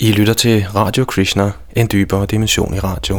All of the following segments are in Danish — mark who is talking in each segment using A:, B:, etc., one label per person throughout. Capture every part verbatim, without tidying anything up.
A: I lytter til Radio Krishna, en dybere dimension i radio.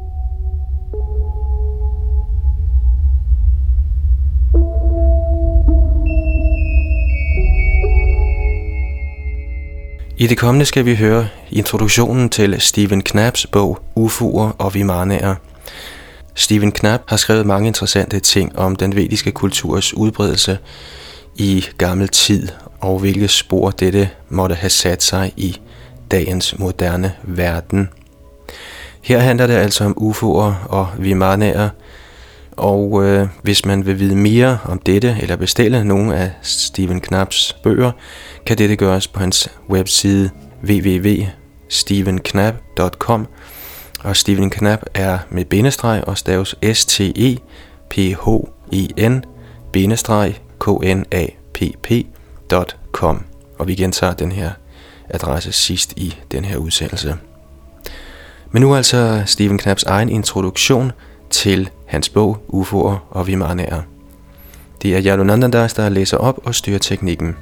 A: I det kommende skal vi høre introduktionen til Stephen Knaps bog U F O'er og Vimanaer. Stephen Knap har skrevet mange interessante ting om den vediske kulturs udbredelse i gammel tid, og hvilke spor dette måtte have sat sig i dagens moderne verden. Her handler det altså om U F O'er og Vimanaer, og øh, hvis man vil vide mere om dette eller bestille nogle af Stephen Knaps bøger, kan dette gøres på hans webside w w w punktum stephen knap punktum com, og Stephen Knap er med bindestreg og staves S T E P H E N bindestreg K N A P P punktum com, og vi gentager den her adresse sidst i den her udsendelse. Men nu altså Stephen Knaps egen introduktion til hans bog U F O'er og Vimanaer. Det er Yadunandandas, der læser op og styrer teknikken.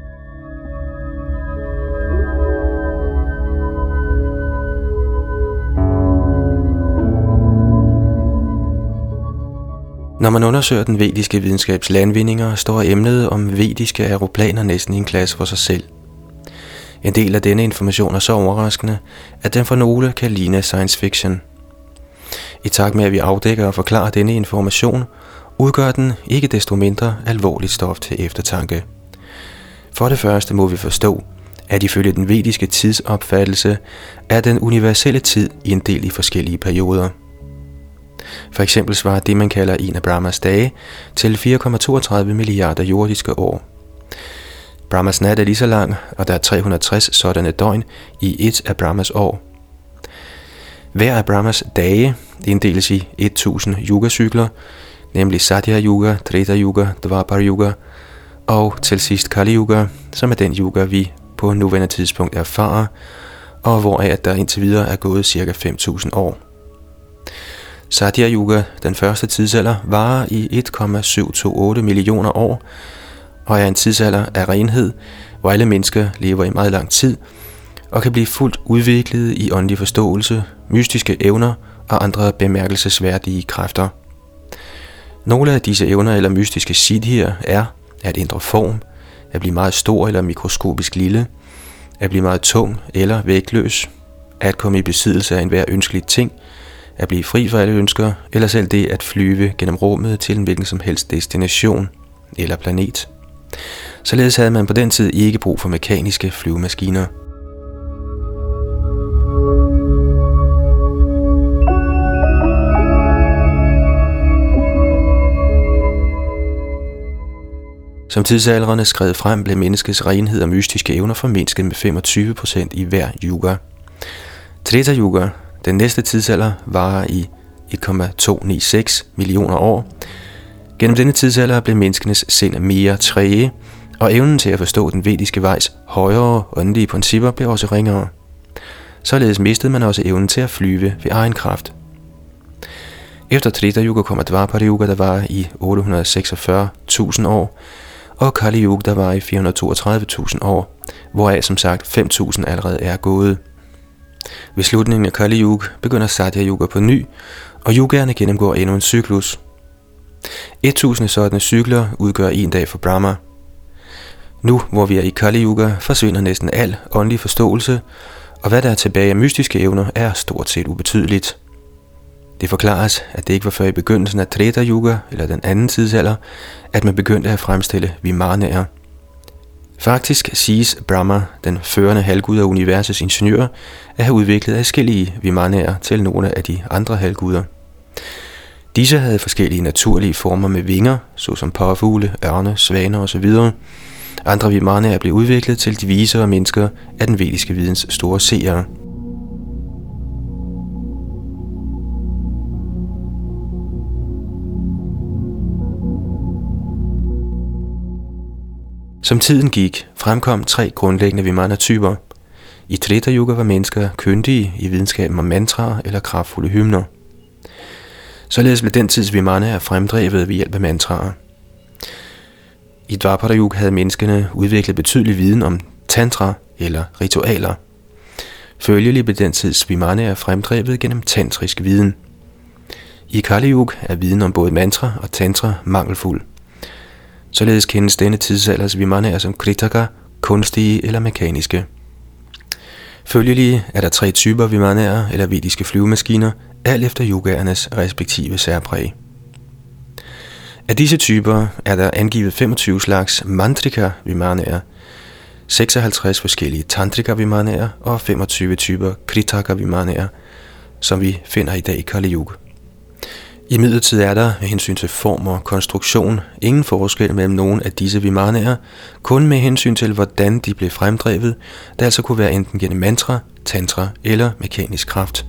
A: Når man undersøger den vediske videnskabs landvindinger, står emnet om vediske aeroplaner næsten i en klasse for sig selv. En del af denne information er så overraskende, at den for nogle kan ligne science fiction. I takt med at vi afdækker og forklarer denne information, udgør den ikke desto mindre alvorligt stof til eftertanke. For det første må vi forstå, at ifølge den vediske tidsopfattelse er den universelle tid inddelt i forskellige perioder. For eksempel svarer det, man kalder en af Brahmas dage, til fire komma toogtredive milliarder jordiske år. Brahmas nat er lige så lang, og der er tre hundrede og tres sådanne døgn i et af Brahmas år. Hver af Brahmas dage inddeles i tusind yuga-cykler, nemlig Satya Yuga, Treta Yuga, Dvapar Yuga og til sidst Kali Yuga, som er den yuga, vi på nuværende tidspunkt erfarer, og hvoraf der indtil videre er gået ca. fem tusind år. Satya Yuga, den første tidsalder, varer i et komma syv to otte millioner år, og er en tidsalder af renhed, hvor alle mennesker lever i meget lang tid, og kan blive fuldt udviklet i åndelig forståelse, mystiske evner og andre bemærkelsesværdige kræfter. Nogle af disse evner eller mystiske siddhier er at ændre form, at blive meget stor eller mikroskopisk lille, at blive meget tung eller vægtløs, at komme i besiddelse af enhver ønskelig ting, at blive fri for alle ønsker, eller selv det at flyve gennem rummet til en hvilken som helst destination eller planet. Således havde man på den tid ikke brug for mekaniske flyvemaskiner. Som tidsaldrene skred frem, blev menneskets renhed og mystiske evner formindsket med femogtyve procent i hver yuga. Treta Yuga, den næste tidsalder, varer i et komma to ni seks millioner år. Gennem denne tidsalder blev menneskenes sind mere træge, og evnen til at forstå den vediske vejs højere åndelige principper blev også ringere. Således mistede man også evnen til at flyve ved egen kraft. Efter Treta Yuga kommer Dvapar Yuga, der var i otte hundrede og seksogfyrre tusind år, og Kali Yuga, der var i fire hundrede og toogtredive tusind år, hvoraf som sagt fem tusind allerede er gået. Ved slutningen af Kali Yuga begynder Satya Yuga på ny, og yugaerne gennemgår endnu en cyklus. tusind sådanne cykler udgør en dag for Brahma. Nu, hvor vi er i Kali Yuga, forsvinder næsten al åndelig forståelse, og hvad der er tilbage af mystiske evner er stort set ubetydeligt. Det forklares, at det ikke var før i begyndelsen af Treta Yuga, eller den anden tidsalder, at man begyndte at fremstille Vimanaer. Faktisk siges Brahma, den førende halvgud af universets ingeniør, at have udviklet adskillige Vimanaer til nogle af de andre halvguder. Disse havde forskellige naturlige former med vinger, såsom påfugle, ørne, svaner osv. Andre Vimanaer blev udviklet til de visere mennesker af den vediske videns store seere. Som tiden gik, fremkom tre grundlæggende Vimana-typer. I Treta Yuga var mennesker kyndige i videnskaben om mantraer eller kraftfulde hymner. Således blev den tids Vimanaer fremdrevet ved hjælp af mantraer. I Dvapar Yuga havde menneskene udviklet betydelig viden om tantra eller ritualer. Følgelig blev den tids vimanaer fremdrevet gennem tantrisk viden. I Kali Yuga er viden om både mantra og tantra mangelfuld. Således kendes denne tidsalders vimanaer som kritaka, kunstige eller mekaniske. Følgelig er der tre typer vimanaer eller vediske flyvemaskiner, alt efter yogaernes respektive særpræg. Af disse typer er der angivet femogtyve slags mantrika vimanaer, seksoghalvtreds forskellige tantrika vimanaer og femogtyve typer kritaka vimanaer, som vi finder i dag i Kali Yuga. Imidlertid er der med hensyn til form og konstruktion ingen forskel mellem nogen af disse vimanaer, kun med hensyn til hvordan de blev fremdrevet, der altså kunne være enten gennem mantra, tantra eller mekanisk kraft.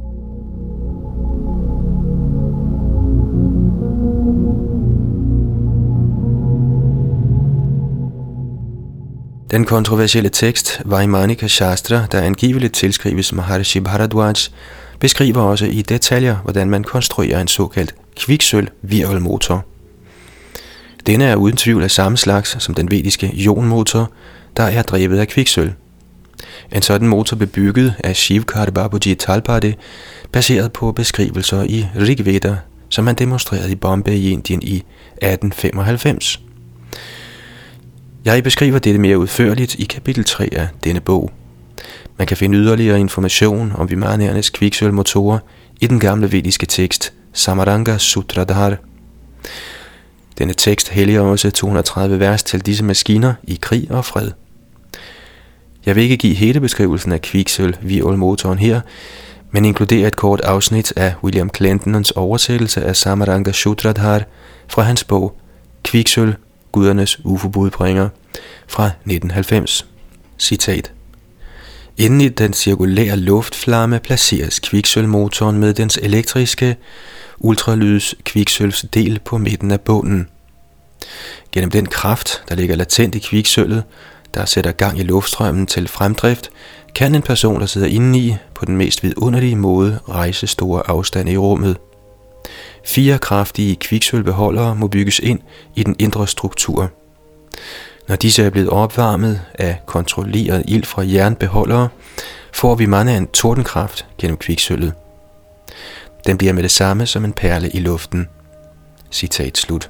A: Den kontroversielle tekst Vaimanika Shastra, der angiveligt tilskrives Maharishi Bharadwaj, beskriver også i detaljer, hvordan man konstruerer en såkaldt kviksølv-hvirvelmotor. Denne er uden tvivl af samme slags som den vediske ionmotor, der er drevet af kviksølv. En sådan motor blev bygget af Shivkar Babuji Talpade, baseret på beskrivelser i Rigveda, som han demonstrerede i Bombay i Indien i atten femoghalvfems. Jeg beskriver dette mere udførligt i kapitel tre af denne bog. Man kan finde yderligere information om vimanaernes kviksølvmotorer i den gamle vediske tekst Samaranga Sutradhar. Denne tekst helliger også to hundrede og tredive vers til disse maskiner i krig og fred. Jeg vil ikke give hele beskrivelsen af kviksølv-hvirvelmotoren her, men inkludere et kort afsnit af William Clenton's oversættelse af Samaranga Sutradhar fra hans bog Kviksølv, gudernes ufo-budbringer fra nitten halvfems. Citat. Inden i den cirkulære luftflamme placeres kviksølvmotoren med dens elektriske ultralyds kviksølvsdel på midten af bunden. Gennem den kraft, der ligger latent i kviksølvet, der sætter gang i luftstrømmen til fremdrift, kan en person, der sidder indeni, på den mest vidunderlige måde rejse store afstande i rummet. Fire kraftige kviksølvbeholdere må bygges ind i den indre struktur. Når disse er blevet opvarmet af kontrolleret ild fra jernbeholdere, får vimanaen tordenkraft gennem kviksølvet. Den bliver med det samme som en perle i luften. Citat slut.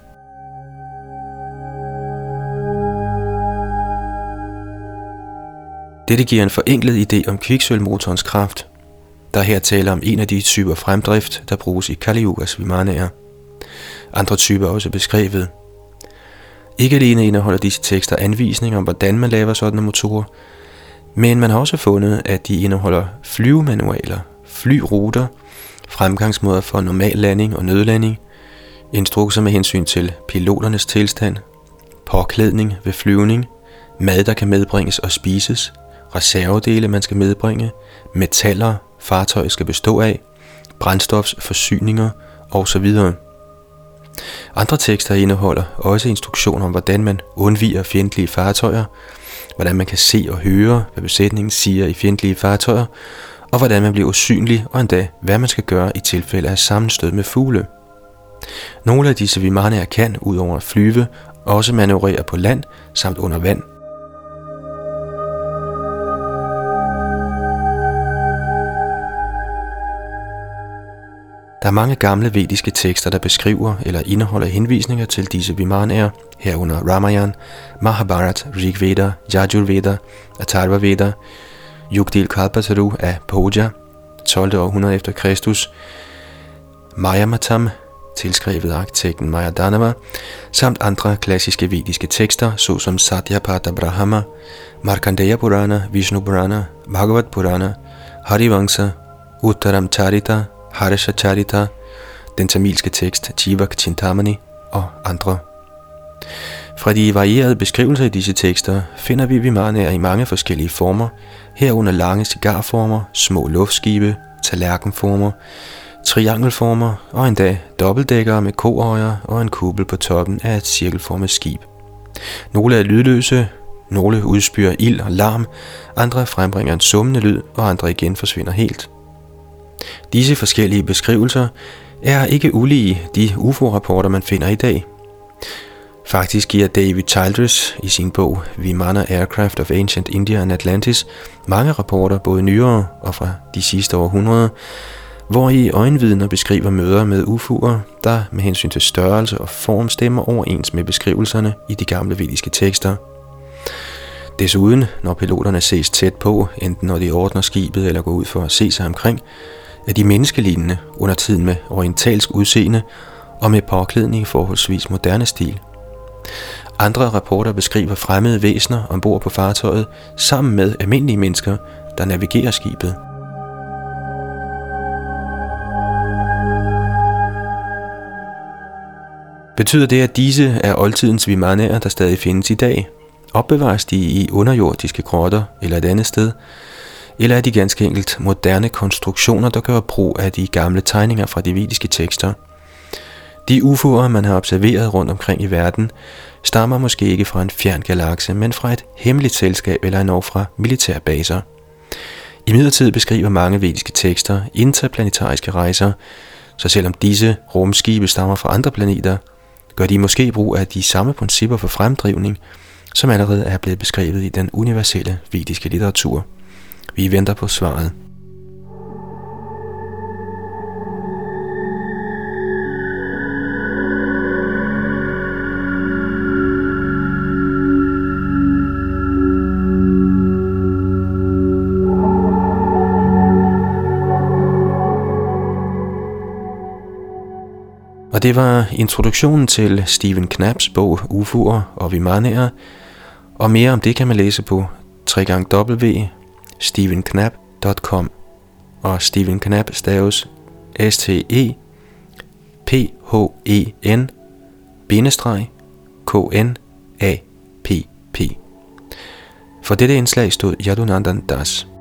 A: Dette giver en forenklet idé om kviksølvmotorens kraft. Der her taler om en af de typer fremdrift, der bruges i Kali Yugas vimanaer. Andre typer er også beskrevet. Ikke alene indeholder disse tekster anvisninger om, hvordan man laver sådanne motorer, men man har også fundet, at de indeholder flyvemanualer, flyruter, fremgangsmåder for normal landing og nødlanding, instrukser med hensyn til piloternes tilstand, påklædning ved flyvning, mad, der kan medbringes og spises, reservedele, man skal medbringe, metaller, fartøjet skal bestå af, brændstofsforsyninger osv. Andre tekster indeholder også instruktioner om, hvordan man undviger fjendtlige fartøjer, hvordan man kan se og høre, hvad besætningen siger i fjendtlige fartøjer, og hvordan man bliver usynlig, og endda, hvad man skal gøre i tilfælde af sammenstød med fugle. Nogle af disse vimanaer kan, udover at flyve, også manøvrere på land samt under vand. Der er mange gamle vediske tekster, der beskriver eller indeholder henvisninger til disse vimanaer, herunder Ramayana, Mahabharat, Rigveda, Yajurveda, Atharva Veda, Yugdil Kalpataru af Bhoja, tolvte århundrede efter Kristus, Mayamatam, tilskrevet af arkitekten Mayadanava, samt andre klassiske vediske tekster, såsom Satyapata Brahma, Markandeya Purana, Vishnu Purana, Bhagavat Purana, Harivamsa, Uttaram Charita, Harsha Charita, den tamilske tekst Jivak Chintamani og andre. Fra de varierede beskrivelser i disse tekster finder vi vimanaer i mange forskellige former, herunder lange cigarformer, små luftskibe, tallerkenformer, triangelformer og endda dobbeltdækkere med koøjer og en kuppel på toppen af et cirkelformet skib. Nogle er lydløse, nogle udspyrer ild og larm, andre frembringer en summende lyd, og andre igen forsvinder helt. Disse forskellige beskrivelser er ikke ulige de U F O-rapporter, man finder i dag. Faktisk giver David Childress i sin bog Vimana Aircraft of Ancient India and Atlantis mange rapporter, både nyere og fra de sidste århundreder, hvor i øjenvidner beskriver møder med U F O'er, der med hensyn til størrelse og form stemmer overens med beskrivelserne i de gamle vediske tekster. Desuden, når piloterne ses tæt på, enten når de ordner skibet eller går ud for at se sig omkring, er de menneskelignende under tiden med orientalsk udseende og med påklædning i forholdsvis moderne stil. Andre rapporter beskriver fremmede væsener ombord på fartøjet sammen med almindelige mennesker, der navigerer skibet. Betyder det, at disse er oldtidens vimanaer, der stadig findes i dag? Opbevares de i underjordiske grotter eller et andet sted? Eller er de ganske enkelt moderne konstruktioner, der gør brug af de gamle tegninger fra de vediske tekster? De U F O'er, man har observeret rundt omkring i verden, stammer måske ikke fra en fjern galakse, men fra et hemmeligt selskab eller endnu fra militærbaser. Imidlertid beskriver mange vediske tekster interplanetariske rejser, så selvom disse rumskibe stammer fra andre planeter, gør de måske brug af de samme principper for fremdrivning, som allerede er blevet beskrevet i den universelle vediske litteratur. Vi venter på svaret. Og det var introduktionen til Stephen Knappes bog U F O'er og Vimanaer, og mere om det kan man læse på w w w punktum stephen knapp punktum com, og Stephen Knapp staves S T E P H E N bindestreg K N A P P. For dette indslag stod Yadunandan Das.